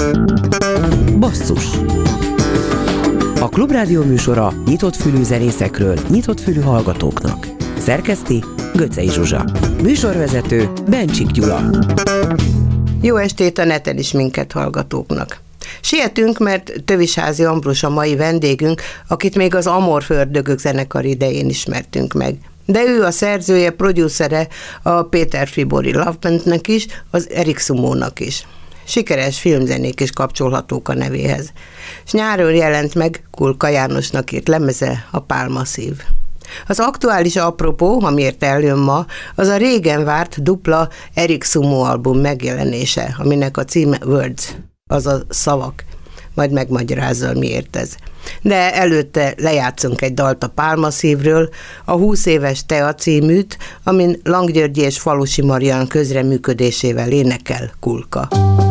Basszus. A Klubrádió műsora nyitott fülű zenészekről, nyitott fülű hallgatóknak. Szerkeszti Göcsei Zsuzsa. Műsorvezető Bencsik Gyula. Jó estét a neten is minket hallgatóknak. Sietünk, mert Tövisházy Ambrus a mai vendégünk, akit még az Amorf Ördögök zenekar idején ismertünk meg. De ő a szerzője, producere a Péter Fribori Love Bandnek is, az Erik Sumónak is. Sikeres filmzenék is kapcsolhatók a nevéhez. És nyáron jelent meg Kulka Jánosnak írt lemeze, a Pálmaszív. Az aktuális apropó, amiért eljön ma, az a régen várt dupla Erik Sumó album megjelenése, aminek a címe Words, azaz szavak. Majd megmagyarázza, miért ez. De előtte lejátszunk egy dalt a Pálmaszívről, a 20 éves Tea címűt, amin Langgyörgyi és Falusi Marian közreműködésével énekel Kulka.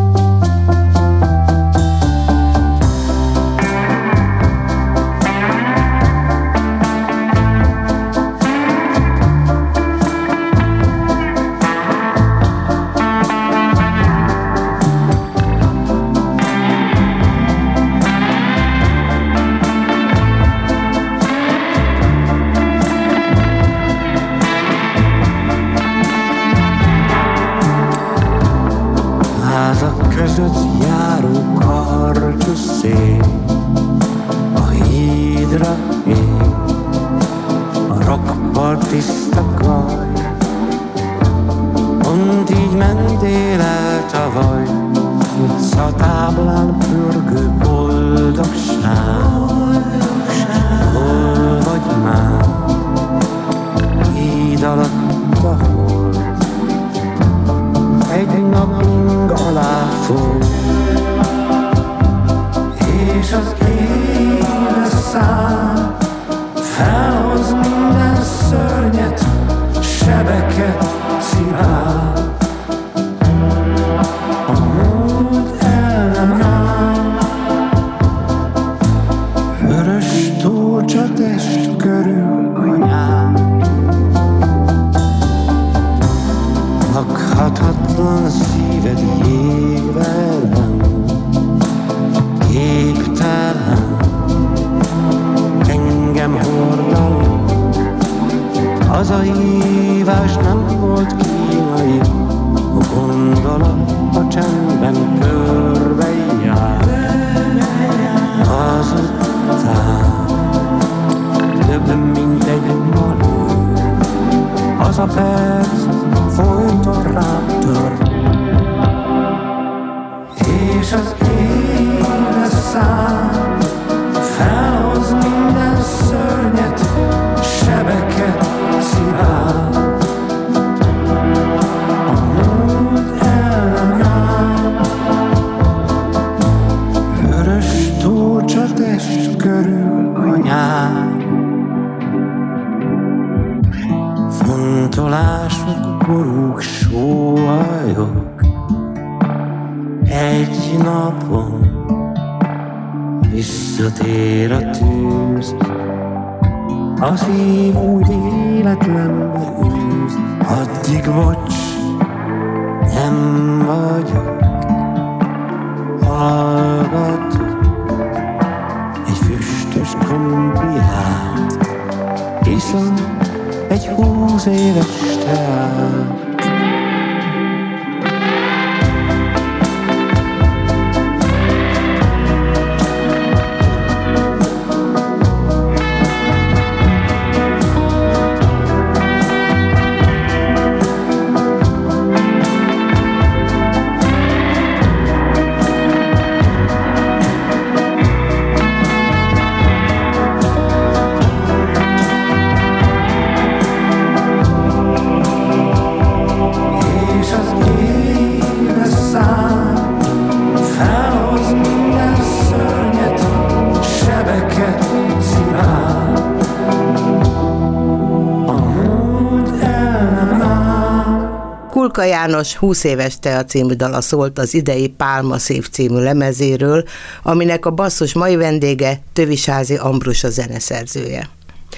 Kulka János 20 éves Tea című dala szólt az idei Pálmaszív című lemezéről, aminek a basszus mai vendége Tövisházy Ambrus a zeneszerzője.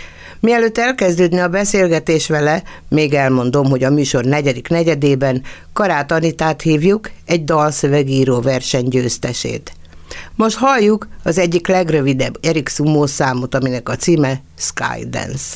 Mielőtt elkezdődne a beszélgetés vele, még elmondom, hogy a műsor 4. negyedében Karát Anitát hívjuk, egy dalszövegíró verseny győztesét. Most halljuk az egyik legrövidebb Eric Sumo számot, aminek a címe Skydance.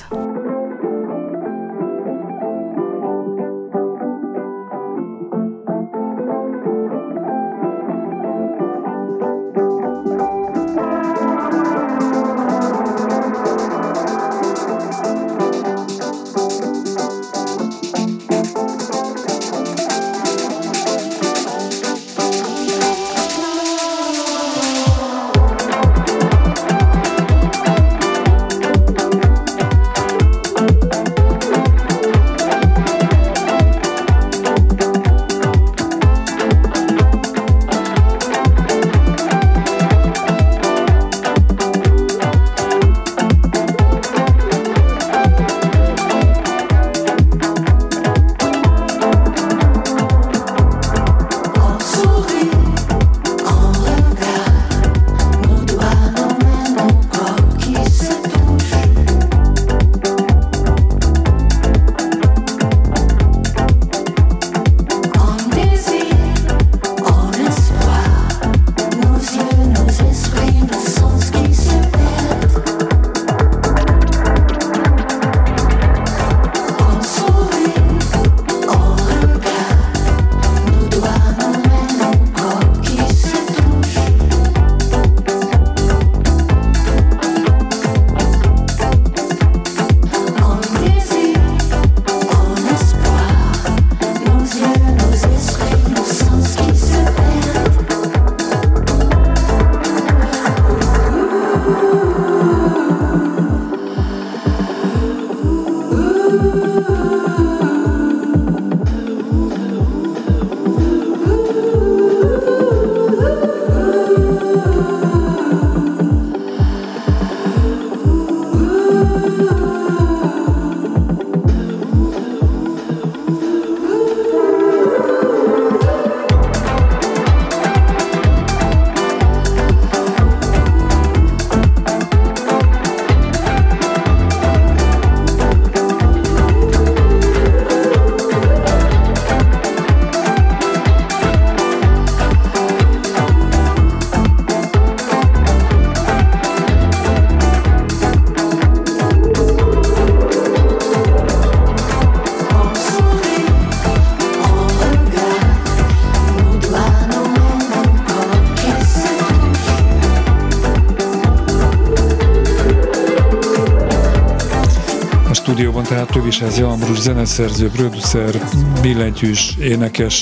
Stúdióban tehát Tövisázi Ambrus, zeneszerző, producer, billentyűs, énekes.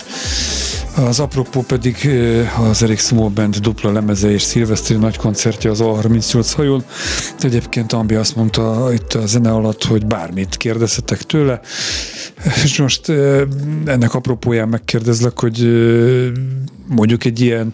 Az apropó pedig az Eric Sumo Band dupla lemeze és szilveszteri nagy koncertje az A38 hajón. Egyébként Ambi azt mondta itt a zene alatt, hogy bármit kérdezhetek tőle. És most ennek apropóján megkérdezlek, hogy mondjuk egy ilyen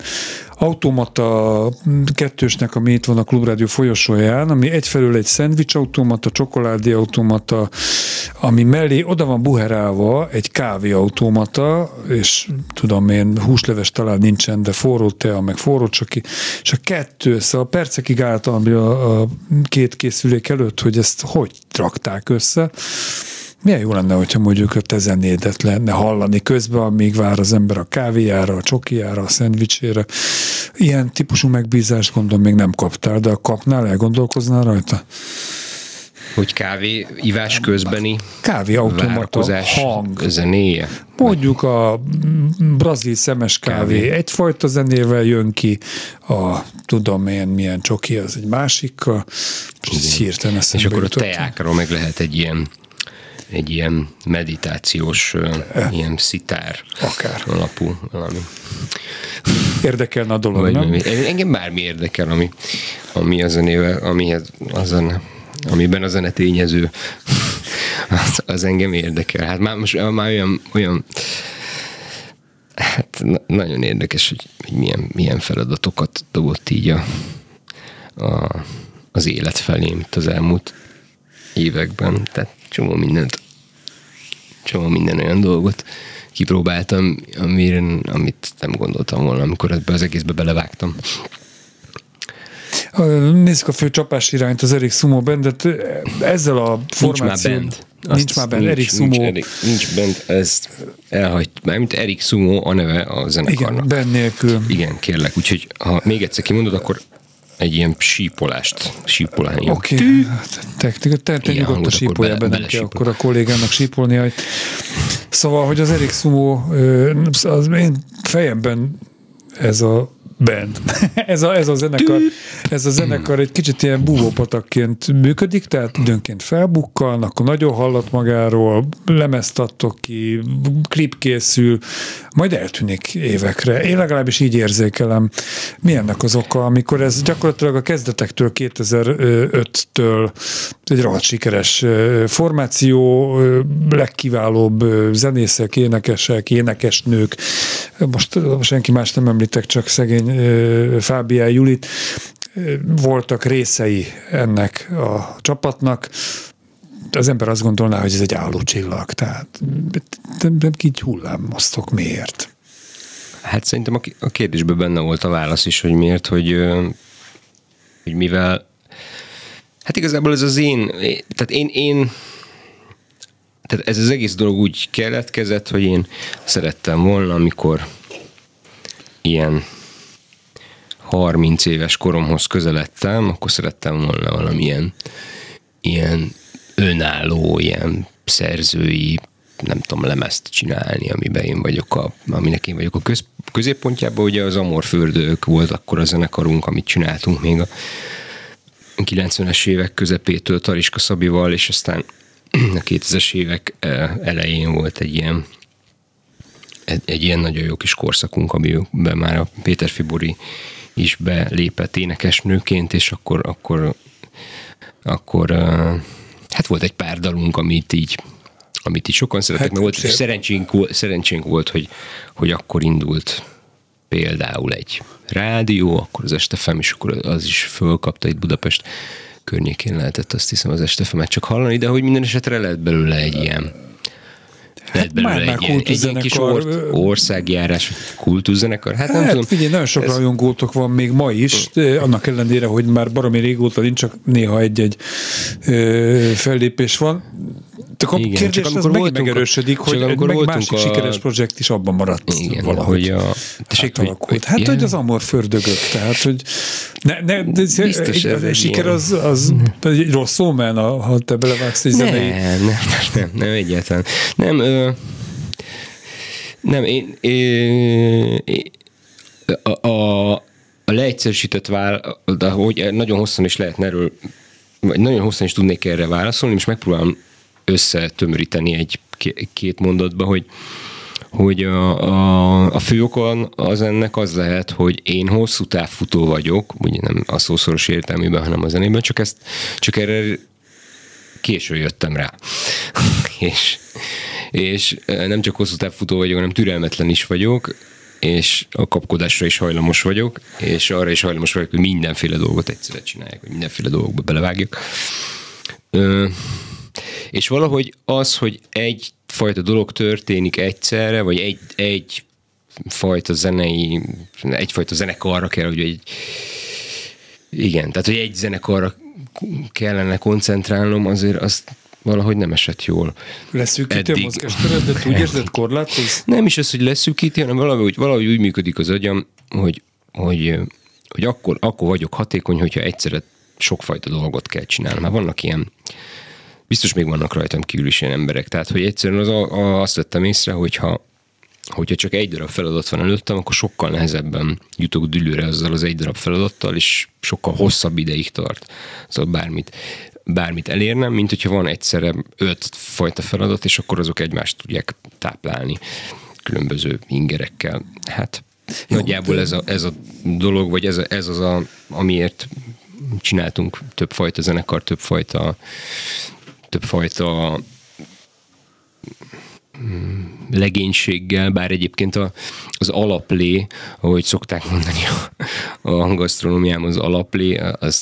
automata kettősnek, ami itt van a Klubrádió folyosóján, ami egyfelől egy szendvics automata, csokoládé automata, ami mellé oda van buherálva egy kávé automata, és tudom én, húsleves talán nincsen, de forró tea, meg forró csoki, és a kettő, szóval percekig álltam a két készülék előtt, hogy ezt hogy rakták össze. Milyen jó lenne, hogyha mondjuk a te zenédet lenne hallani közben, amíg vár az ember a kávéjára, a csokijára, a szendvicsére. Ilyen típusú megbízást gondolom még nem kaptál, de kapnál, elgondolkoznál rajta? Hogy kávé ivás közbeni kávéautomata, hang, zenéje? Mondjuk a brazil szemes kávé egyfajta zenével jön ki, a tudom én milyen csoki az egy másikkal, és hirtelen eszembe és akkor jutottam. A teákról meg lehet egy ilyen meditációs, ilyen szitár akár alapú valami. Érdekelne a dolog, nem? Engem bármi érdekel, ami a zenével, amiben a zene tényező, az engem érdekel. Hát már olyan hát nagyon érdekes, hogy milyen feladatokat dobott így az élet felém itt az elmúlt években. Tehát csomó minden olyan dolgot kipróbáltam, amit nem gondoltam volna, amikor ebbe az egészbe belevágtam. Nézzük a fő csapás irányt, az Eric Sumo Bandet. Ezzel a formáció... Nincs már band. Eric Sumo. Nincs band, ezt elhagyt. Mármint Eric Sumo a neve a zenekarnak. Igen, band nélkül. Igen, kérlek. Úgyhogy ha még egyszer kimondod, akkor egy ilyen sípolálni. Oké, te nyugodtan sípolja be, nem kell akkor a kollégának sípolnia. Szóval, hogy az Eric Sumo, az én fejemben ez a band. ez a zenekar egy kicsit ilyen búvópatakként működik, tehát időnként felbukkal, akkor nagyon hallat magáról, lemezt adtok ki, klip készül, majd eltűnik évekre. Én legalábbis így érzékelem. Mi ennek az oka, amikor ez gyakorlatilag a kezdetektől 2005-től egy rohadt sikeres formáció, legkiválóbb zenészek, énekesek, énekesnők, most senki más nem említek, csak szegény Fábián Julit, voltak részei ennek a csapatnak. Az ember azt gondolná, hogy ez egy állócsillag, tehát nem így hullámoztok. Miért? Hát szerintem a kérdésben benne volt a válasz is, hogy miért, hogy mivel hát igazából ez az tehát ez az egész dolog úgy keletkezett, hogy én szerettem volna, amikor ilyen 30 éves koromhoz közeledtem, akkor szerettem volna valamilyen ilyen önálló, ilyen szerzői, nem tudom, lemezt csinálni, aminek én vagyok a középpontjában. Ugye az Amorfördők volt akkor a zenekarunk, amit csináltunk még a 90-es évek közepétől Tariska Szabival, és aztán a 2000-es évek elején volt egy ilyen nagyon jó kis korszakunk, amiben már a Péter Fibori is belépett énekesnőként, és akkor hát volt egy pár dalunk, amit így sokan szerettek, mert volt, szerencsénk volt, hogy akkor indult például egy rádió, akkor az Estefem, és akkor az is fölkapta itt Budapest környékén lehetett, azt hiszem, az Estefemet csak hallani, de hogy minden esetre lett belőle egy ilyen egy ilyen kis országjárás, kultuszzenekar. Hát nem tudom. Figyelj, nagyon sok rajongótok van még ma is, annak ellenére, hogy már baromi régóta nincs, csak néha egy-egy fellépés van. A kérdés az megint megerősödik, hogy egy másik sikeres projekt is abban maradt. Igen, valahogy. Hát, hogy az Amorfördögök, tehát, hogy siker az egy rossz szómen, ha te belevágsz egy zenei. Nem, egyáltalán. A leegyszerűsített de hogy nagyon hosszan is lehetne erről, vagy nagyon hosszan is tudnék erre válaszolni, és megpróbálom összetömöríteni két mondatba, hogy a fő oka az ennek az lehet, hogy én hosszú távfutó vagyok, ugye nem a szószoros értelmében, hanem a zenében, csak erre későn jöttem rá. és nem csak hosszú távfutó vagyok, hanem türelmetlen is vagyok, és a kapkodásra is hajlamos vagyok, és arra is hajlamos vagyok, hogy mindenféle dolgot egyszerre csináljak, hogy mindenféle dolgokba belevágjak. És valahogy az, hogy egyfajta dolog történik egyszerre, vagy egyfajta zenekarra kell, hogy tehát, hogy egy zenekarra kellene koncentrálnom, azért azt valahogy nem esett jól. Leszűkíti a mozgásteredet, úgy érzed, korlátoz? Nem is az, hogy leszűkíti, hanem valahogy úgy működik az agyam, hogy akkor vagyok hatékony, hogyha egyszerre sokfajta dolgot kell csinálnom. Már vannak ilyen, biztos még vannak rajtam kívül is ilyen emberek, tehát hogy egyszerűen azt vettem észre, hogyha csak egy darab feladat van előttem, akkor sokkal nehezebben jutok dűlőre azzal az egy darab feladattal, és sokkal hosszabb ideig tart. Szóval bármit elérnem, mint hogyha van egyszerre 5 fajta feladat, és akkor azok egymást tudják táplálni különböző ingerekkel. Hát nagyjából ez a dolog, vagy ez az, amiért csináltunk többfajta zenekar, többfajta legénységgel, bár egyébként az alaplé, ahogy szokták mondani a hangasztronómiában, az alaplé,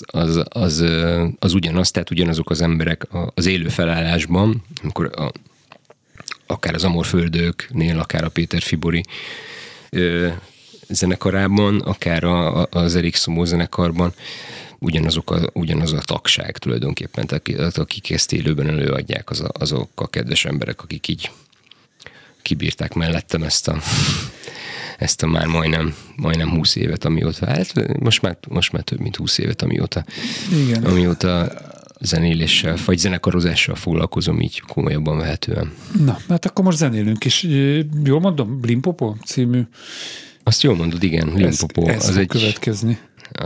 az ugyanaz, tehát ugyanazok az emberek az élő felállásban, amikor akár az Amorfördőknél, akár a Péter Fibori zenekarában, akár az Eric Sumo zenekarban, ugyanaz a tagság tulajdonképpen, tehát akik ezt élőben előadják, azok a kedves emberek, akik így kibírták mellettem ezt a már majdnem 20 évet, amióta, hát most már több mint 20 évet, amióta zenéléssel, vagy zenekarozással foglalkozom így komolyabban vehetően. Na, hát akkor most zenélünk is. Jól mondom, Limpopo című? Azt jól mondod, igen, Limpopo. Ez fog következni.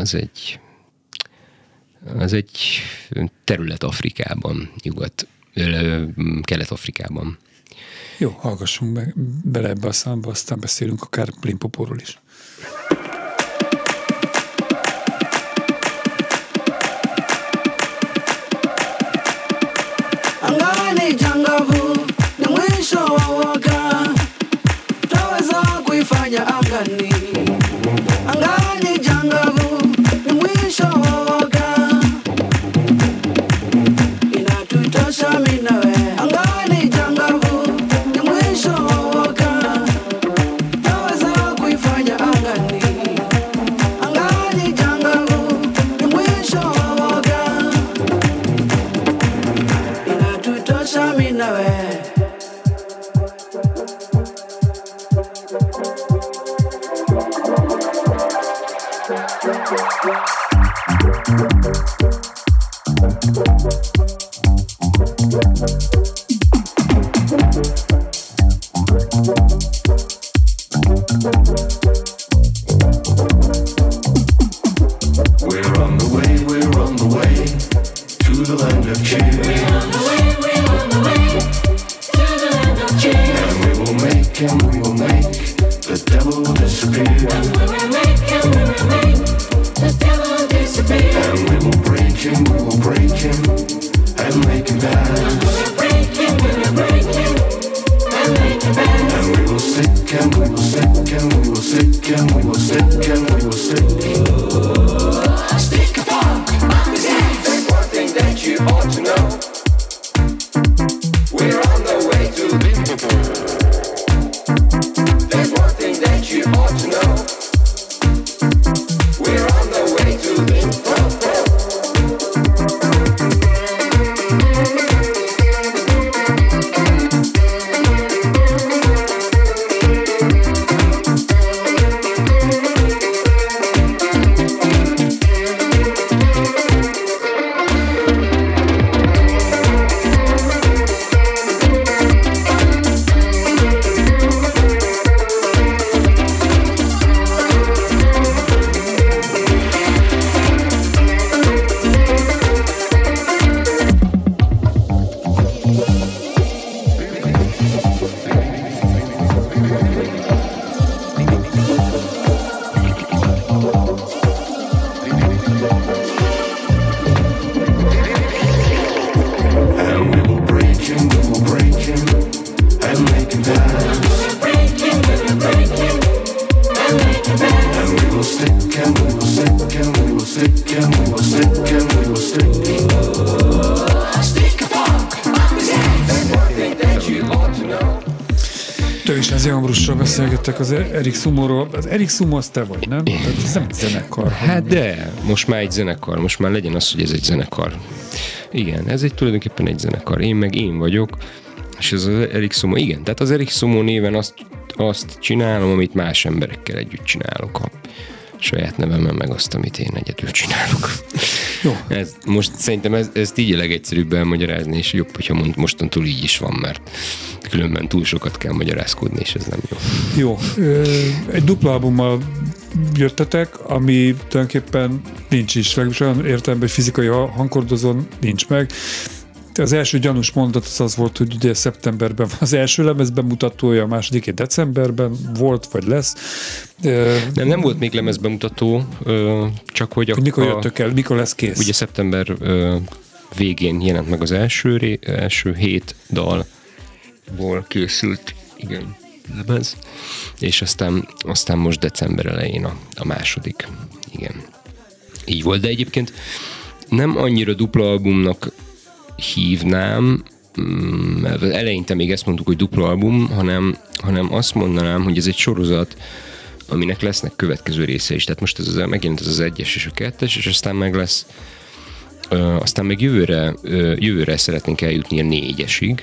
Az egy terület Afrikában, Kelet-Afrikában. Jó, hallgassunk bele ebbe a számba, aztán beszélünk akár Limpopóról is. Angani jangavu ni mwisho wa waka, taweza kuifanya angani. Angani jangavu ni mwisho wa waka, inatutosha mimi nawe. Angani jangavu ni mwisho wa waka, taweza kuifanya angani. Angani jangavu ni mwisho wa waka, inatutosha mimi nawe. We're on the way to the land of cheer. We're on the way to the land of cheer. And we will make the devil disappear. And we will make the devil disappear. And we will break him and make him dance. And we will break him and make him dance. And we will sick and we will sick and we will sick and we will sick and we will sick. Stick a funk on his ass. There's one thing that you ought to know. We're on the way to Limpopo. There's one thing that you ought to know. We're on the way to Limpopo. Tövisázi Ambrussal beszélgettek az Erik Sumóról. Az Erik Sumo az te vagy, nem? Ez nem egy zenekar. Hát de, most már egy zenekar, most már legyen az, hogy ez egy zenekar. Igen, ez tulajdonképpen egy zenekar. Én meg én vagyok, és ez az Erik Sumo, igen. Tehát az Erik Sumo néven azt csinálom, amit más emberekkel együtt csinálok. A saját nevemben meg azt, amit én egyedül csinálok. Jó. Most szerintem ezt így a legegyszerűbb elmagyarázni, és jobb, hogyha mostantól így is van, mert különben túl sokat kell magyarázkodni, és ez nem jó. Jó. Egy dupla albummal jöttetek, ami tulajdonképpen nincs is. Olyan értelemben, hogy fizikai hangkordozón nincs meg. Az első gyanús mondat az volt, hogy ugye szeptemberben az első lemez bemutatója, a második decemberben volt, vagy lesz. Nem volt még lemez bemutató, csak hogy mikor jöttök el, mikor lesz kész? Ugye szeptember végén jelent meg az első 7 dalból készült, igen, lemez, és aztán most december elején a második. Igen. Így volt, de egyébként nem annyira dupla albumnak hívnám, mert eleinte még ezt mondtuk, hogy dupla album, hanem azt mondanám, hogy ez egy sorozat, aminek lesznek következő része is. Tehát most megjelent ez az 1-es és a 2-es, és aztán meg lesz, aztán még jövőre szeretnénk eljutni a 4-esig,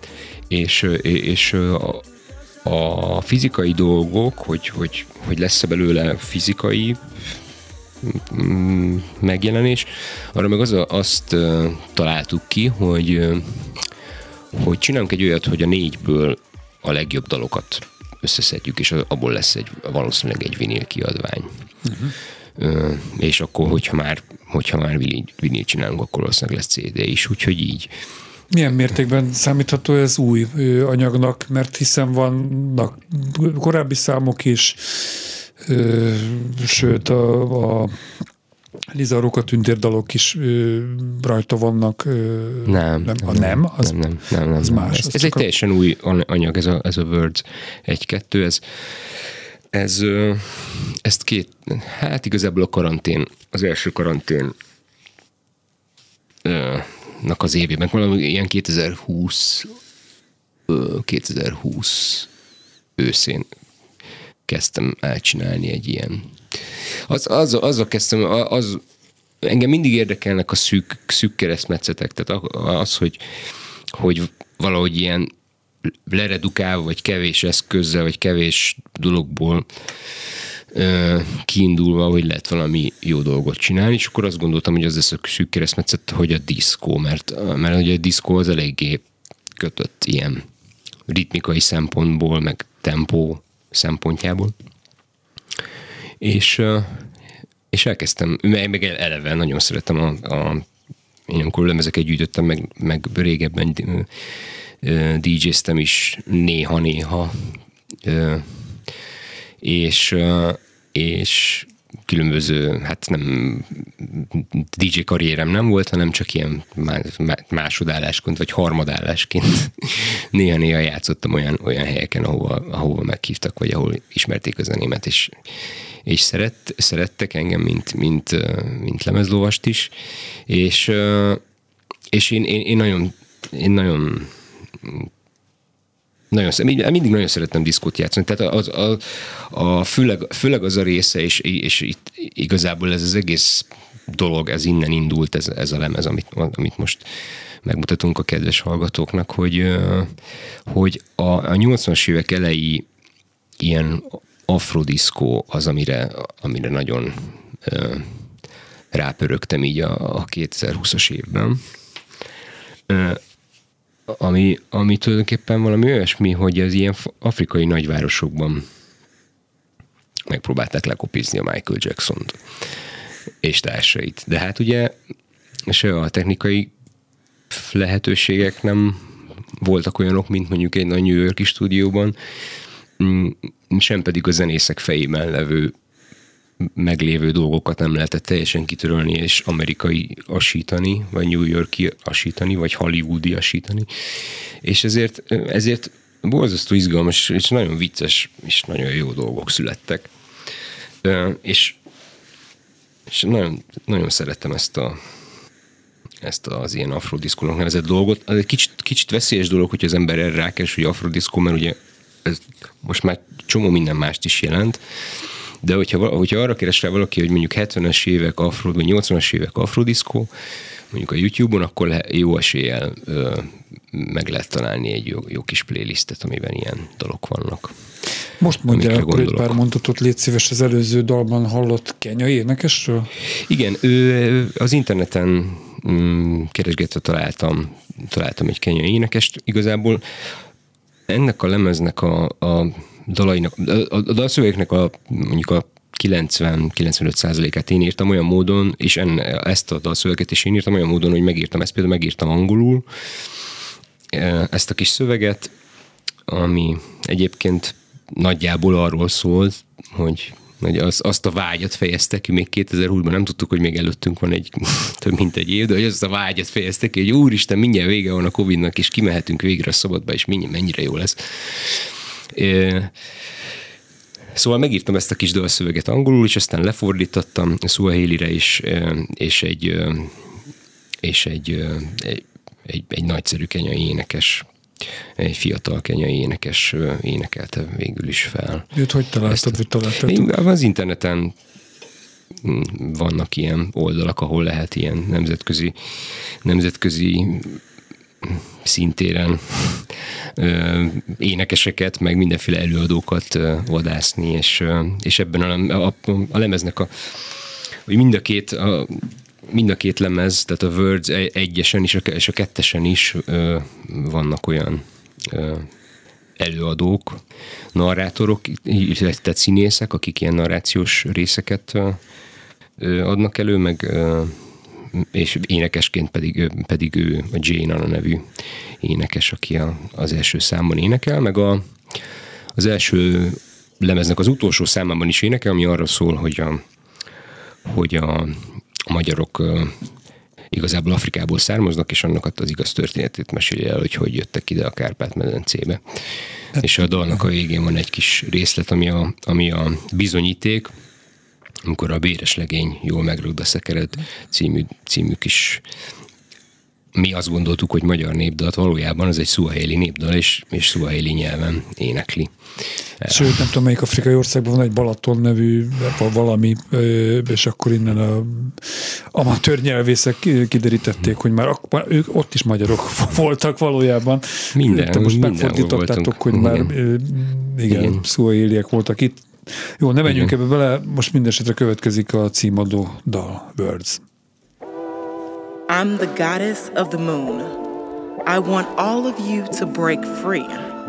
és a fizikai dolgok, hogy lesz-e belőle fizikai megjelenés, arra meg azt találtuk ki, hogy csinálunk egy olyat, hogy a 4-ből a legjobb dalokat összeszedjük, és abból lesz valószínűleg egy vinil kiadvány. És akkor, hogyha már vinil csinálunk, akkor valószínűleg lesz CD is, úgyhogy így. Milyen mértékben számítható ez új anyagnak, mert hiszen vannak korábbi számok is, sőt a Liza Rockatündér dalok is rajta vannak. Nem. Az más. Ez egy teljesen új anyag, ez a Words 1-2, ezt igazából az első karantén az évében, valami ilyen 2020 őszén kezdtem elcsinálni egy ilyen. Azzal kezdtem, engem mindig érdekelnek a szűk keresztmetszetek, tehát az, hogy valahogy ilyen leredukálva, vagy kevés eszközzel, vagy kevés dologból kiindulva, hogy lehet valami jó dolgot csinálni, és akkor azt gondoltam, hogy az lesz a szűk keresztmetszet, hogy a diszkó, mert ugye a diszkó az eléggé kötött ilyen ritmikai szempontból, meg tempó szempontjából. És elkezdtem, meg eleve nagyon szeretem én amikor lemezeket gyűjtöttem, meg régebben DJ-ztem is néha, és különböző, hát nem DJ karrierem nem volt, hanem csak ilyen másodállásként, vagy harmadállásként néha játszottam olyan helyeken, ahova meghívtak, vagy ahol ismerték a zenémet, és szerettek engem, mint lemezlovast is, és én nagyon mindig nagyon szerettem diszkót játszani, tehát főleg az a része, és itt igazából ez az egész dolog, ez innen indult, ez a lemez, amit most megmutatunk a kedves hallgatóknak, hogy a 80-as évek elejé ilyen afrodiszkó az, amire nagyon rápörögtem így a 2020-as évben. Ami tulajdonképpen valami olyasmi, hogy az ilyen afrikai nagyvárosokban megpróbálták lekopizni a Michael Jacksont és társait. De hát ugye se a technikai lehetőségek nem voltak olyanok, mint mondjuk egy nagy New York-i stúdióban, sem pedig a zenészek fejében meglévő dolgokat nem lehetett teljesen kitörölni és amerikai-asítani, vagy New York-i-asítani, vagy Hollywoodi-asítani. És ezért borzasztó izgalmas, és nagyon vicces, és nagyon jó dolgok születtek. És nagyon, nagyon szerettem ezt az ilyen afrodiszkónak nevezett dolgot. Ez egy kicsit veszélyes dolog, hogy az ember erre rákeres, hogy afrodiszkó, mert ugye ez most már csomó minden mást is jelent, de hogyha arra keres rá valaki, hogy mondjuk 70-es évek afro, vagy 80-as évek afrodiszkó, mondjuk a YouTube-on, akkor jó eséllyel meg lehet találni egy jó kis playlistet, amiben ilyen dalok vannak. Most mondja akkor egy pár mondatot, légy szíves, az előző dalban hallott kenyai énekesről? Igen, az interneten keresgetve találtam egy kenyai énekest. Igazából ennek a lemeznek a dalainak, a dalszövegeknek mondjuk a 90-95%-át én írtam olyan módon, és ezt a dalszöveget is én írtam olyan módon, hogy megírtam angolul ezt a kis szöveget, ami egyébként nagyjából arról szólt, hogy azt a vágyat fejezte ki, még 2020-ban nem tudtuk, hogy még előttünk van több mint egy év, de hogy azt a vágyat fejezte ki, hogy úristen, mindjárt vége van a Covid-nak, és kimehetünk végre a szabadba, és mennyire jó lesz. Szóval megírtam ezt a kis dalszöveget angolul, és aztán lefordítottam Swahilire is, és egy nagyszerű kenyai énekes egy fiatal kenyai énekes énekelte végül is fel. Őt hogy találtad, vagy találtad? Az interneten vannak ilyen oldalak, ahol lehet ilyen nemzetközi szintéren énekeseket, meg mindenféle előadókat vadászni, és ebben a lemeznek hogy mind a két lemez, tehát a Words egyesen és a kettesen is vannak olyan előadók, narrátorok, tehát színészek, akik ilyen narrációs részeket adnak elő, meg és énekesként pedig ő, a Jane Anna nevű énekes, aki az első számban énekel, meg az első lemeznek az utolsó számában is énekel, ami arra szól, hogy a magyarok igazából Afrikából származnak, és annak az igaz történetét mesélje el, hogy jöttek ide a Kárpát-medencébe. És a dalnak a végén van egy kis részlet, ami a bizonyíték, amikor a béres legény jól megrúgd a szekered című kis, mi azt gondoltuk, hogy magyar népdal, valójában az egy szuaheli népdal, és szuaheli nyelven énekli. Sőt, nem tudom, melyik afrikai országban van egy Balaton nevű valami, és akkor innen a amatőr nyelvészek kiderítették, hogy már ők ott is magyarok voltak valójában. Te most megfordítottátok, hogy már igen. szuaheliek voltak itt. Jó, ne menjünk ebbe bele, most mindesetre következik a címadó dal, Words. I'm the goddess of the moon. I want all of you to break free.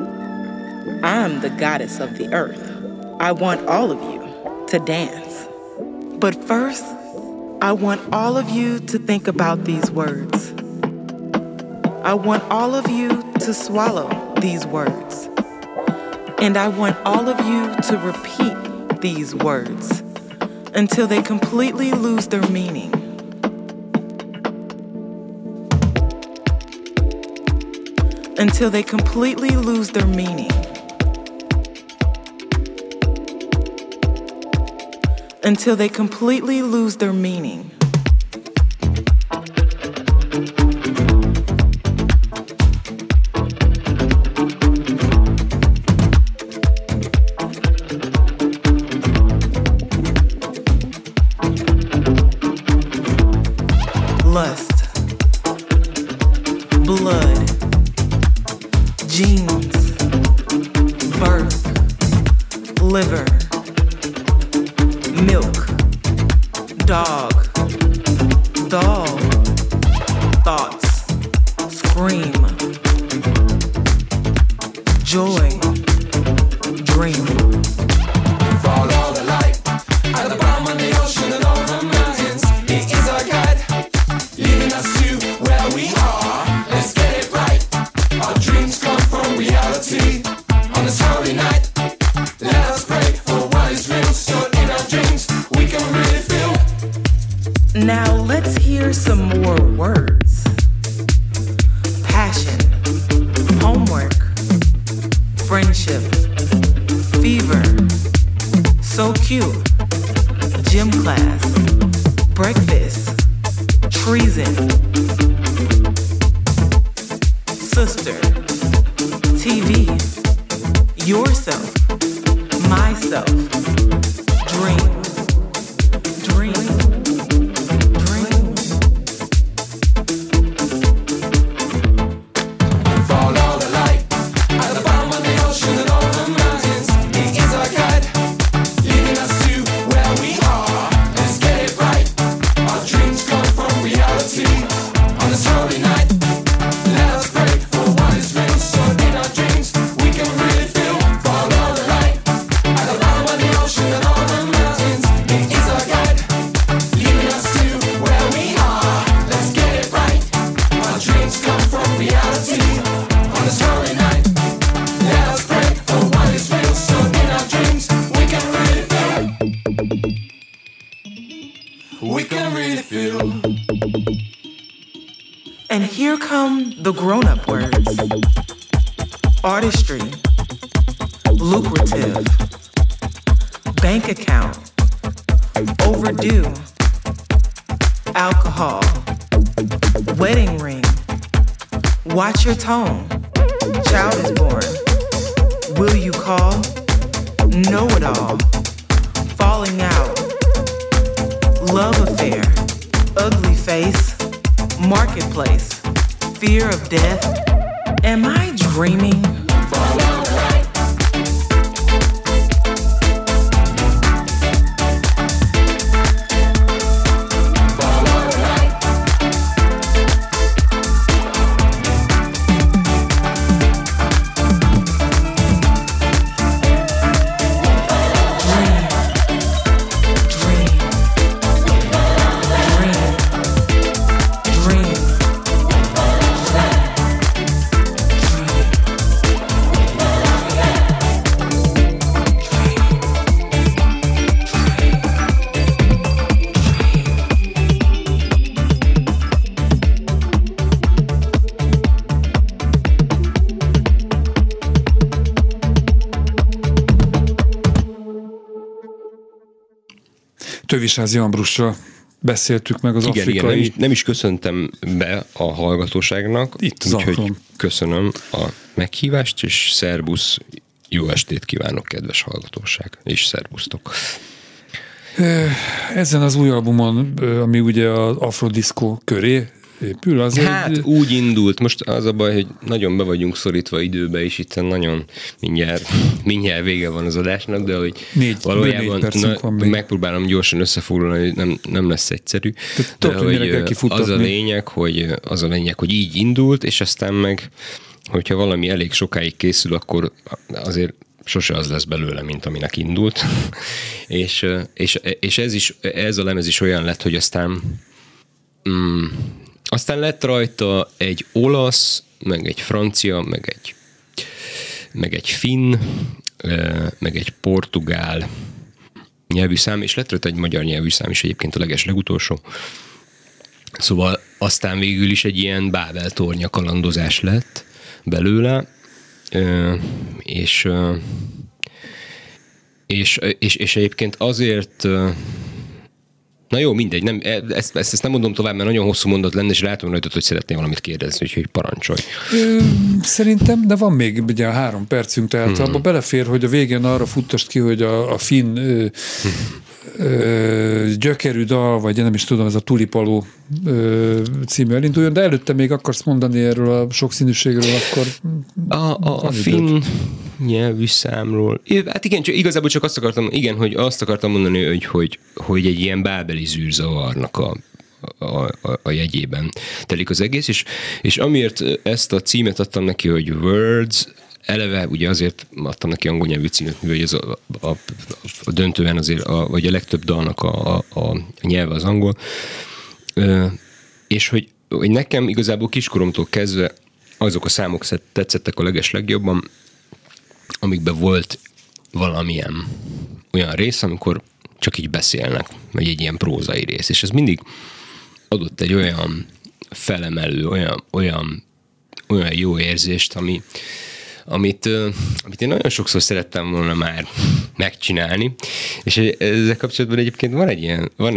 I'm the goddess of the earth. I want all of you to dance. But first, I want all of you to think about these words. I want all of you to swallow these words. And I want all of you to repeat these words until they completely lose their meaning. Until they completely lose their meaning. Until they completely lose their meaning. Lust, blood, genes, birth, liver, milk, dog, doll, thoughts, scream, joy, dream. Follow the light at the bottom of the ocean and over the mountains. It is our guide, leading us to where we are. Let's get it right. Our dreams come from reality. On this holy night, let us pray for what is real. So in our dreams, we can really feel. Now let's hear some more words. Passion, homework, friendship, fever, so cute, gym class, breakfast, treason, sister, TV, yourself, myself, dream, dream, dream. Follow the light at the bottom of the ocean and over the mountains. It is our guide, leading us to where we are. Let's get it right. Our dreams come from reality. On this holy night, let us pray for what is real. So in our dreams, we can really feel. Follow the light at the bottom of the ocean and over the mountains. It is our guide, leading us to where we are. Let's get it right. Our dreams come from reality. On this holy night, let us pray for what is real. So in our dreams, we can really feel. We can really feel. And here come the grown-up words. Artistry, lucrative, bank account, overdue, alcohol, wedding ring, watch your tone, Child is born. Will you call? Know it all. Falling out. Love affair. Ugly face. Marketplace. Fear of death. Am I dreaming? Tövisházi Ambrussal beszéltük meg az afrikai... Igen, nem is köszöntem be a hallgatóságnak, úgyhogy köszönöm a meghívást, és szerbusz, jó estét kívánok, kedves hallgatóság, és szerbusztok. Ezen az új albumon, ami ugye az Afrodiszkó köré épül, azért... Hát úgy indult, most az a baj, hogy nagyon be vagyunk szorítva időbe, és itt nagyon mindjárt vége van az adásnak, de hogy valójában megpróbálom gyorsan összefoglalni, hogy nem lesz egyszerű. De hogy az a lényeg, hogy így indult, és aztán meg, hogyha valami elég sokáig készül, akkor azért sose az lesz belőle, mint aminek indult. és ez a lemez is olyan lett, hogy aztán lett rajta egy olasz, meg egy francia, meg egy finn, meg egy portugál nyelvű szám, és lett rajta egy magyar nyelvű szám is egyébként a legutolsó. Szóval aztán végül is egy ilyen Bábel tornya kalandozás lett belőle, és egyébként azért... Na jó, mindegy, nem, ezt nem mondom tovább, mert nagyon hosszú mondat lenne, és látom rajtad, hogy szeretnél valamit kérdezni, úgyhogy parancsolj. Szerintem, de van még ugye 3 percünk, tehát abba belefér, hogy a végén arra futtast ki, hogy a finn gyökerű dal, vagy nem is tudom, ez a Tulipaló című elinduljon, de előtte még akarsz mondani erről a sokszínűségről, akkor... A finn nyelvű számról. Hát igen, igazából csak azt akartam mondani, hogy egy ilyen bábeli zűrzavarnak a jegyében telik az egész, és amiért ezt a címet adtam neki, hogy Words, eleve ugye azért adtam neki angol nyelvű címet, mivel ez a döntően azért, vagy a legtöbb dalnak a nyelve az angol, és hogy nekem igazából kiskoromtól kezdve azok a számok tetszettek a legjobban, amikben volt valamilyen olyan rész, amikor csak így beszélnek, vagy egy ilyen prózai rész, és ez mindig adott egy olyan felemelő, olyan jó érzést, amit én nagyon sokszor szerettem volna már megcsinálni, és ezzel kapcsolatban egyébként van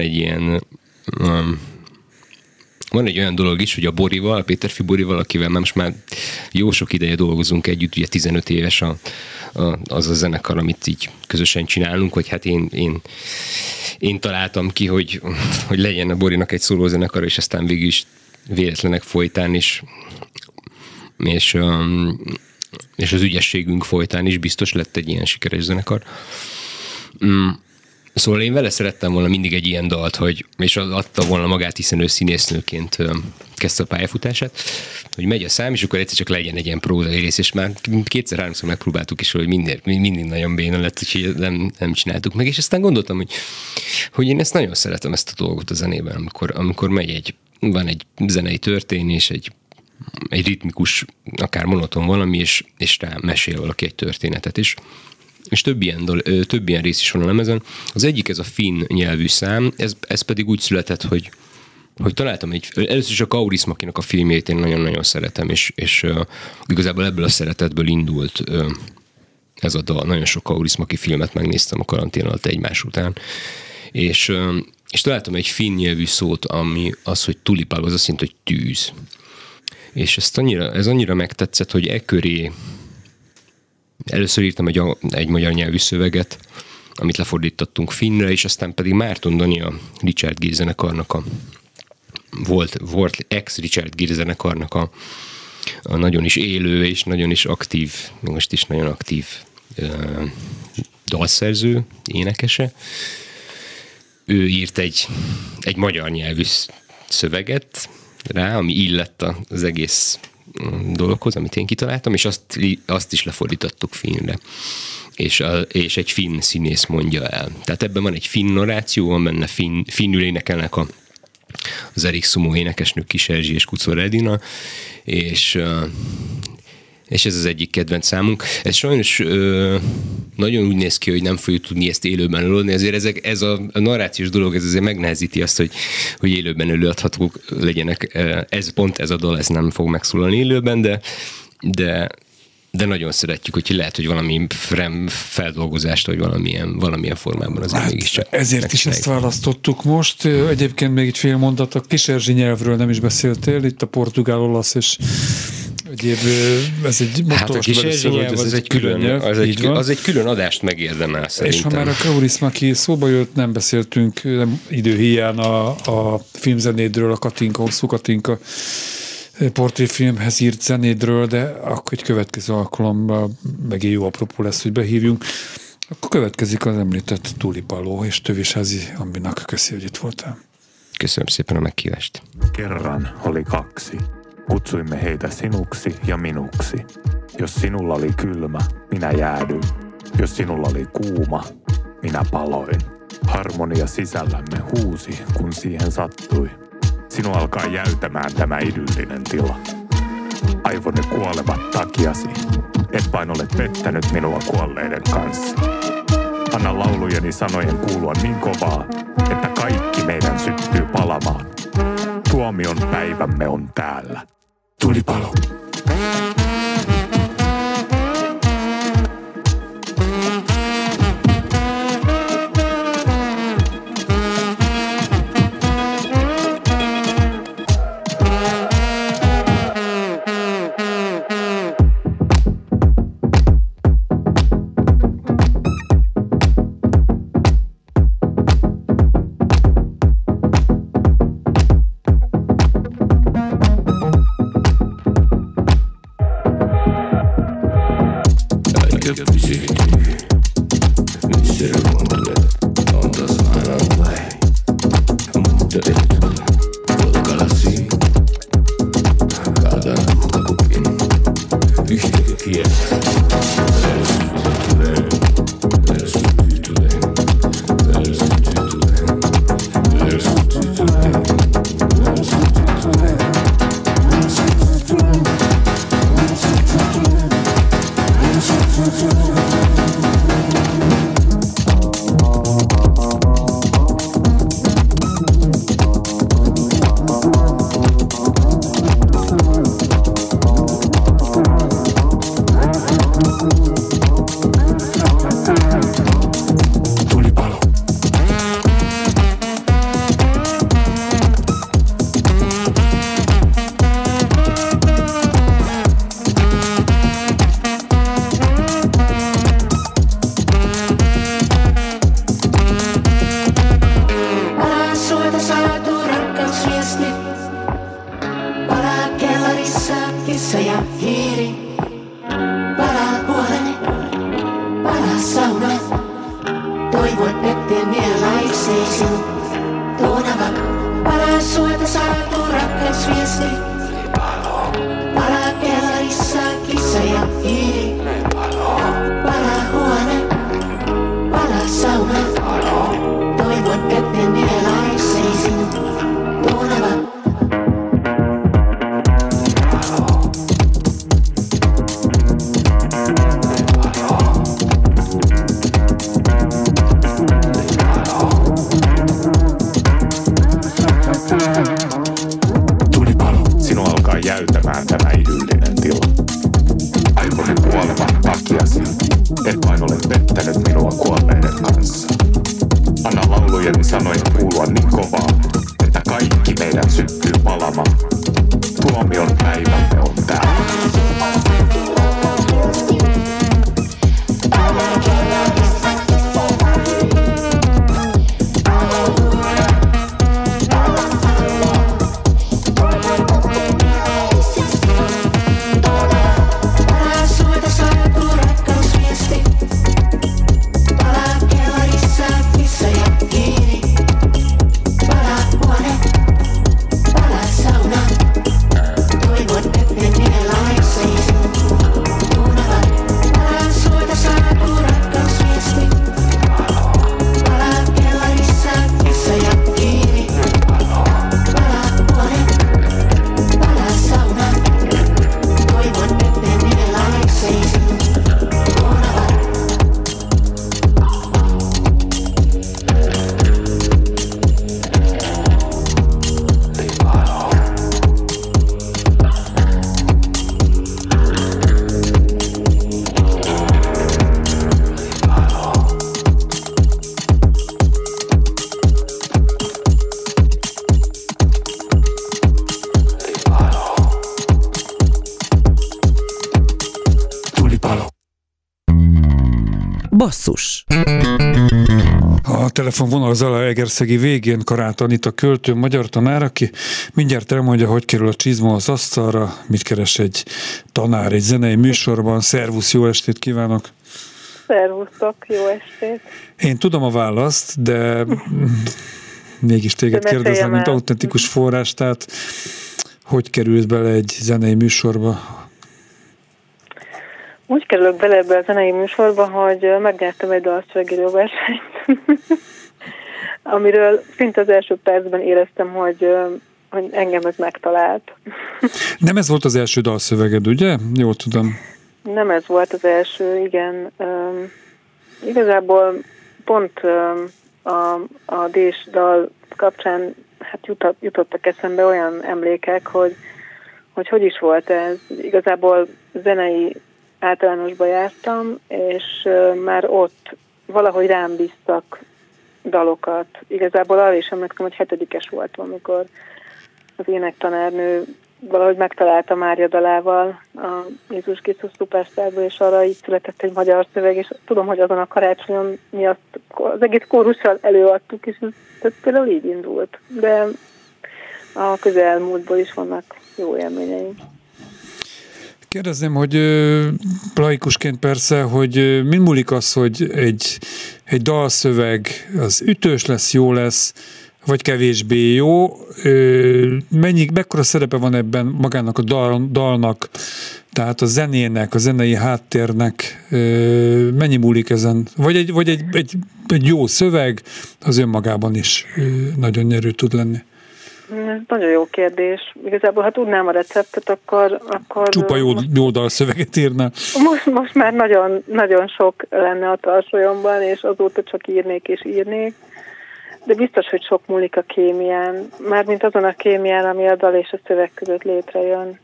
egy olyan dolog is, hogy a Borival, a Péterfi Borival, akivel most már jó sok ideje dolgozunk együtt, ugye 15 éves az a zenekar, amit így közösen csinálunk, hogy hát én találtam ki, hogy legyen a Borinak egy szólózenekar, és aztán végül is véletlenek folytán is, és az ügyességünk folytán is biztos lett egy ilyen sikeres zenekar. Szóval én vele szerettem volna mindig egy ilyen dalt, és adta volna magát, hiszen ő színésznőként kezdte a pályafutását, hogy megy a szám, és akkor egyszer csak legyen egy ilyen prózai rész, és már 2-3-szor megpróbáltuk is, hogy mindig nagyon béna lett, úgyhogy nem csináltuk meg, és aztán gondoltam, hogy én ezt nagyon szeretem, ezt a dolgot a zenében, amikor van egy zenei történés, egy ritmikus, akár monoton valami, és rá mesél valaki egy történetet is. És több ilyen rész is van a lemezen. Az egyik ez a finn nyelvű szám, ez pedig úgy született, hogy találtam először is a Kauris Makinak a filmjét én nagyon-nagyon szeretem, és igazából ebből a szeretetből indult ez a dal. Nagyon sok Kauris Maki filmet megnéztem a karantén alatt egymás után. És találtam egy finn nyelvű szót, ami az, hogy tulipál, az azt jelenti, hogy tűz. És ez annyira megtetszett, hogy ekköré először írtam egy magyar nyelvű szöveget, amit lefordítottunk finnre, és aztán pedig Márton Dani a Richard Gere zenekarnak volt ex-Richard Gere zenekarnak a nagyon is élő és nagyon is aktív, most is nagyon aktív dalszerző, énekese. Ő írt egy magyar nyelvű szöveget rá, ami illett az egész dologhoz, amit én kitaláltam, és azt is lefordítottuk finnre. És egy finn színész mondja el. Tehát ebben van egy finn narráció, van benne finnül énekelnek az Erik Szumó énekesnő Kis Erzsi és Kuczor Edina, és ez az egyik kedvenc számunk. Ez sajnos nagyon úgy néz ki, hogy nem fogjuk tudni ezt élőben előadni, ezért ez a narrációs dolog, ez azért megnehezíti azt, hogy élőben előadhatók legyenek. Ez a dal, ez nem fog megszólalni élőben, de nagyon szeretjük, hogy lehet, hogy valami feldolgozást, vagy valamilyen formában azért mégiscsak. Ezért is ezt választottuk most. Egyébként még egy fél mondat, a Kis Erzsi nyelvről nem is beszéltél, itt a portugál, olasz és egyéb, ez egy a Kis Erzsi nyelv az egy külön nyelv, az egy külön adást megérdemel szerintem. És ha már a Kaurismäki szóba jött, nem beszéltünk időhíján a filmzenédről, a Katinka, Hosszú Katinka portréfilmhez írt zenédről, de akkor egy következő alkalommal megint jó apropó lesz, hogy behívjunk. Akkor következik az említett Tulipaló és Tövisházi Ambinak. Köszi, hogy itt voltál. Köszönöm szépen a meghívást. Kerran oli kaksi. Kutsuimme heitä sinuksi ja minuksi. Jos sinulla oli kylmä, minä jäädyin. Jos sinulla oli kuuma, minä paloin. Harmonia sisällämme huusi, kun siihen sattui. Sinua alkaa jäytämään tämä idyllinen tila. Aivoni kuolevat takiasi. Et vain ole pettänyt minua kuolleiden kanssa. Anna laulujeni sanojen kuulua niin kovaa, että kaikki meidän syttyy palamaan. Tuomion päivämme on täällä. Tulipalo. Jäytämään tämä idyllinen tila. Aivoni kuolevat Basszus. A telefonvonal az Zalaegerszegi végén Karánt Anita költő, magyar tanár, aki mindjárt elmondja, hogy kerül a csizma az asztalra, mit keres egy tanár egy zenei műsorban. Szervusz, jó estét kívánok! Szervusztok, jó estét! Én tudom a választ, de mégis téged kérdezem, mint autentikus forrás, tehát hogy kerülsz bele egy zenei műsorba? Úgy kerülök bele ebbe a zenei műsorba, hogy megnyertem egy dalszövegíró versenyt, amiről szinte az első percben éreztem, hogy engem ez megtalált. Nem ez volt az első dalszöveged, ugye? Jól tudom. Nem ez volt az első, igen. Igazából pont a Dés dal kapcsán hát jutottak eszembe olyan emlékek, hogy is volt ez. Igazából zenei általánosba jártam, és már ott valahogy rám bíztak dalokat. Igazából arra is emlékszem, hogy 7-es voltam, amikor az énektanárnő valahogy megtalálta Mária dalával a Jézus Krisztus Szupersztárból, és arra így született egy magyar szöveg, és tudom, hogy azon a karácsonyon miatt az egész kórussal előadtuk, és ez például így indult. De a közelmúltból is vannak jó élményeim. Kérdezném, hogy laikusként persze, hogy min múlik az, hogy egy dalszöveg az ütős lesz, jó lesz, vagy kevésbé jó? Mekkora szerepe van ebben magának a dalnak, tehát a zenének, a zenei háttérnek, mennyi múlik ezen? Vagy egy jó szöveg az önmagában is nagyon nyerő tud lenni? Ez nagyon jó kérdés. Igazából, ha tudnám a receptet, akkor csupa jó dalszöveget írna. Most már nagyon, nagyon sok lenne a tarsolyomban, és azóta csak írnék. De biztos, hogy sok múlik a kémián. Mármint azon a kémián, ami a dal és a szöveg között létrejön.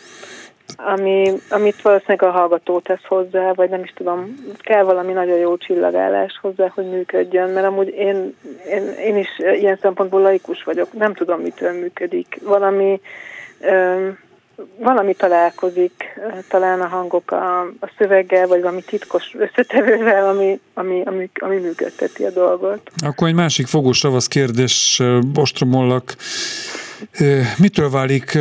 Amit valószínűleg a hallgató tesz hozzá, vagy nem is tudom, kell valami nagyon jó csillagállás hozzá, hogy működjön, mert amúgy én is ilyen szempontból laikus vagyok, nem tudom, mitől működik. Valami találkozik, talán a hangok a szöveggel, vagy valami titkos összetevővel, ami működteti a dolgot. Akkor egy másik fogós ravasz kérdés, ostromollak. Mitől válik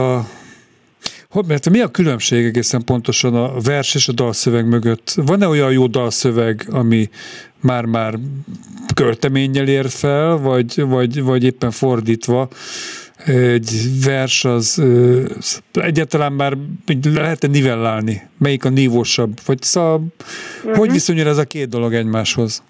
mert mi a különbség egészen pontosan a vers és a dalszöveg mögött? Van-e olyan jó dalszöveg, ami már költeménnyel ér fel, vagy éppen fordítva? Egy vers az egyáltalán már lehet-e nivellálni? Melyik a nívósabb? Vagy hogy viszonyul ez a két dolog egymáshoz?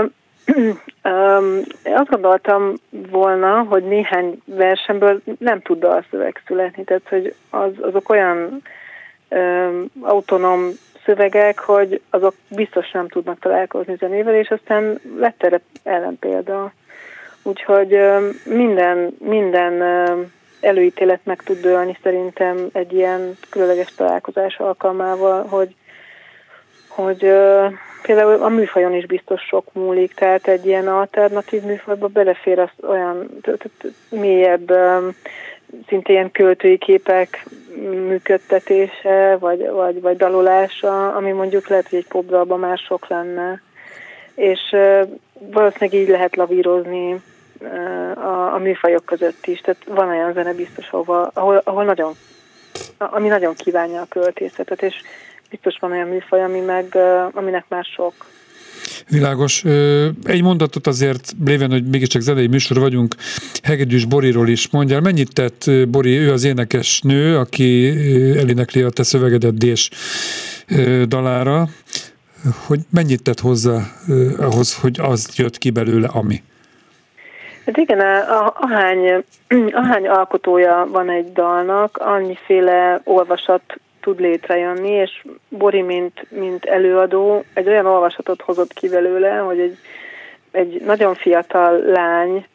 Azt gondoltam volna, hogy néhány versemből nem tud dalszöveg születni, tehát hogy azok olyan autonóm szövegek, hogy azok biztos nem tudnak találkozni zenével, és aztán lett erre ellenpélda. Úgyhogy minden előítélet meg tud dőlni szerintem egy ilyen különleges találkozás alkalmával, hogy például a műfajon is biztos sok múlik, tehát egy ilyen alternatív műfajba belefér az olyan mélyebb, szinte ilyen költői képek működtetése, vagy dalolása, ami mondjuk lehet, hogy egy popdalban már sok lenne. És valószínűleg így lehet lavírozni a műfajok között is. Tehát van olyan zene biztos, ahol ami nagyon kívánja a költészetet, és biztos van olyan műfaj, aminek már sok. Világos. Egy mondatot azért, lévén, hogy mégiscsak zenei műsor vagyunk, Hegedűs Boriról is mondjál. Mennyit tett Bori, ő az énekesnő, aki elénekli a te szövegedet Dés dalára, hogy mennyit tett hozzá ahhoz, hogy az jött ki belőle, ami? Hát igen, ahány alkotója van egy dalnak, annyiféle olvasat tud létrejönni, és Bori, mint előadó, egy olyan olvasatot hozott ki belőle, hogy egy nagyon fiatal lány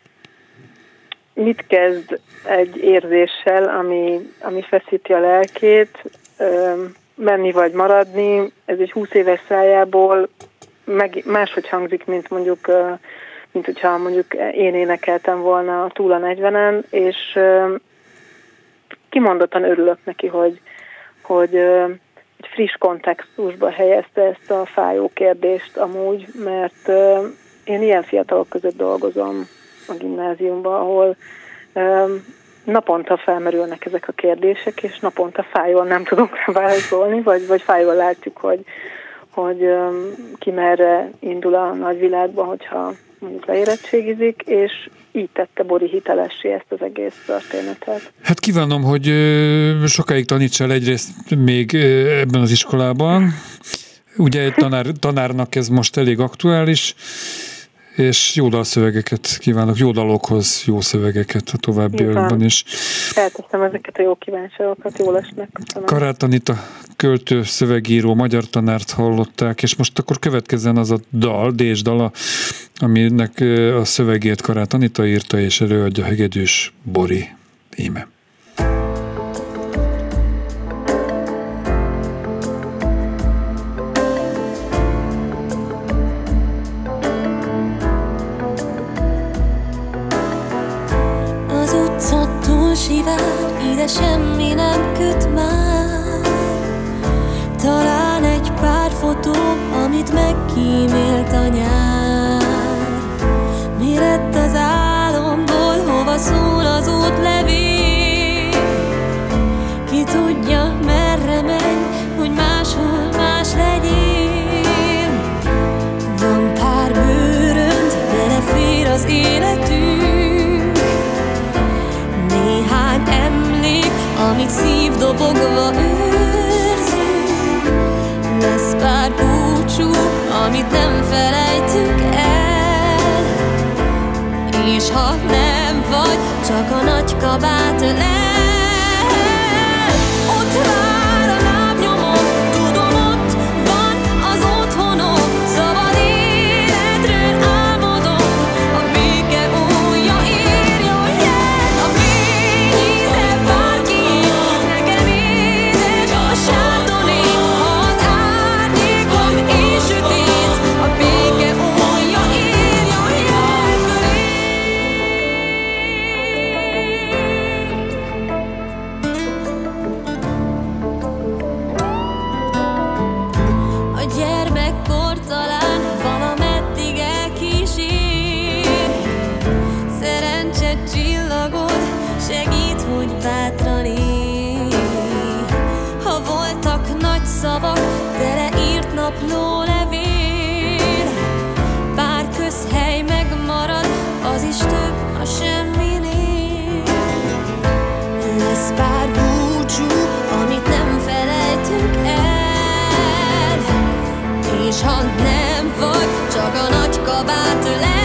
mit kezd egy érzéssel, ami feszíti a lelkét, menni vagy maradni, ez egy 20 éves szájából máshogy hangzik, mint hogyha mondjuk én énekeltem volna túl a 40-en, és kimondottan örülök neki, hogy friss kontextusba helyezte ezt a fájó kérdést amúgy, mert én ilyen fiatalok között dolgozom a gimnáziumban, ahol naponta felmerülnek ezek a kérdések, és naponta fájóan nem tudunk rá válaszolni, vagy fájóan látjuk, hogy ki merre indul a nagyvilágba, hogyha mondjuk leérettségizik, és így tette Bori hitelessé ezt az egész történetet. Hát kívánom, hogy sokáig tanítsál egyrészt még ebben az iskolában. Ugye egy tanárnak ez most elég aktuális, és jó dalszövegeket kívánok, jó dalokhoz jó szövegeket a továbbiakban is. Elteszem ezeket a jó kívánságokat, jól esnek. Karát Anita költő, szövegíró, magyar tanárt hallották, és most akkor következzen az a dal, Désdala, aminek a szövegét Karát Anita írta, és előadja Hegedűs Bori. Íme. Ide semmi nem köt már. Talán egy pár fotó, amit megkímélt a nyár. Mi lett az álomból, hova szól az útlevél? Ki tudja, merre megy, hogy máshol más legyél. Van pár bőrönt, belefér az életünk. Néhány emlék, amit szívdobogva őrzünk. Lesz pár búcsú, amit nem felejtünk el. És ha nem vagy, csak a nagy kabát ölel. Ott vár a lábnyomom, tudom, ott van az otthonom. Szabad életről álmodom, a béke újja írjon jel. A fény íze bárki, nekem édes a sárdoni. Ha az árnyékom és sötét, a béke újja írjon jel fölénk. A gyermekkor talán valameddig elkísér. Szerencse csillagod segít, hogy bátran élj. Ha voltak nagy szavak, tele írt naplólevél. Pár közhely megmarad, az is több a semminél. Lesz pár búcsú, amit nem felejtünk el. És ha nem vagy, csak a nagy kabát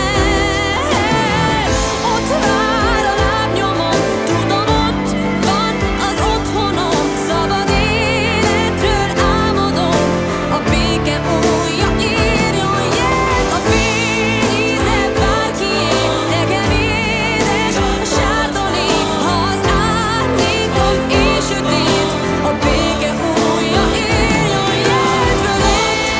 ölel. Ott vár a lábnyomom, tudom, ott van az otthonom. Szabad életről álmodom, a béke újja írjon jel. A fény íze bárkié, nekem édes a sárdoni. Ha az árnyékom és sötét, a béke újja írjon jel fölénk.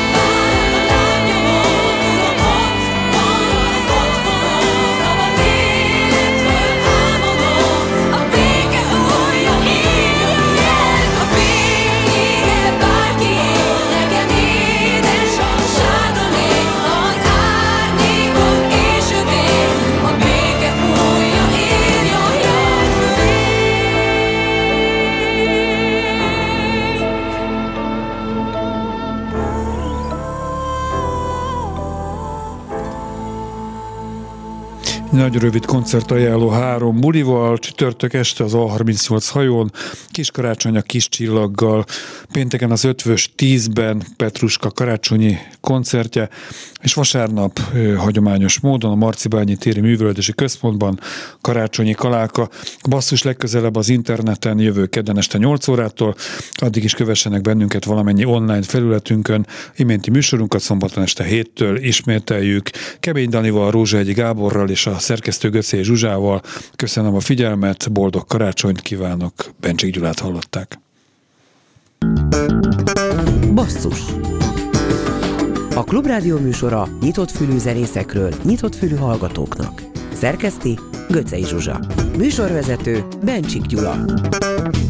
Nagy rövid koncertajánló 3 bulival, csütörtök este az A38 hajón, Kiskarácsony a Kis Csillaggal, pénteken az Ötvös 10-ben Petruska karácsonyi koncertje, és vasárnap hagyományos módon a Marcibányi Téri Művelődési Központban karácsonyi kalálka. Basszus legközelebb az interneten jövő kedden este 8 órától, addig is kövessenek bennünket valamennyi online felületünkön. Iménti műsorunkat szombaton este 7-től ismételjük. Kemény Danival, Rózsahegyi Gáborral és a szerkesztő Göcé Zsuzsával. Köszönöm a figyelmet, boldog karácsonyt kívánok, Bencsik Gyulát hallották. Basszus. A Klubrádió műsora nyitott fülű zenészekről, nyitott fülű hallgatóknak. Szerkeszti Göcé Zsuzsa. Műsorvezető Bencsik Gyula.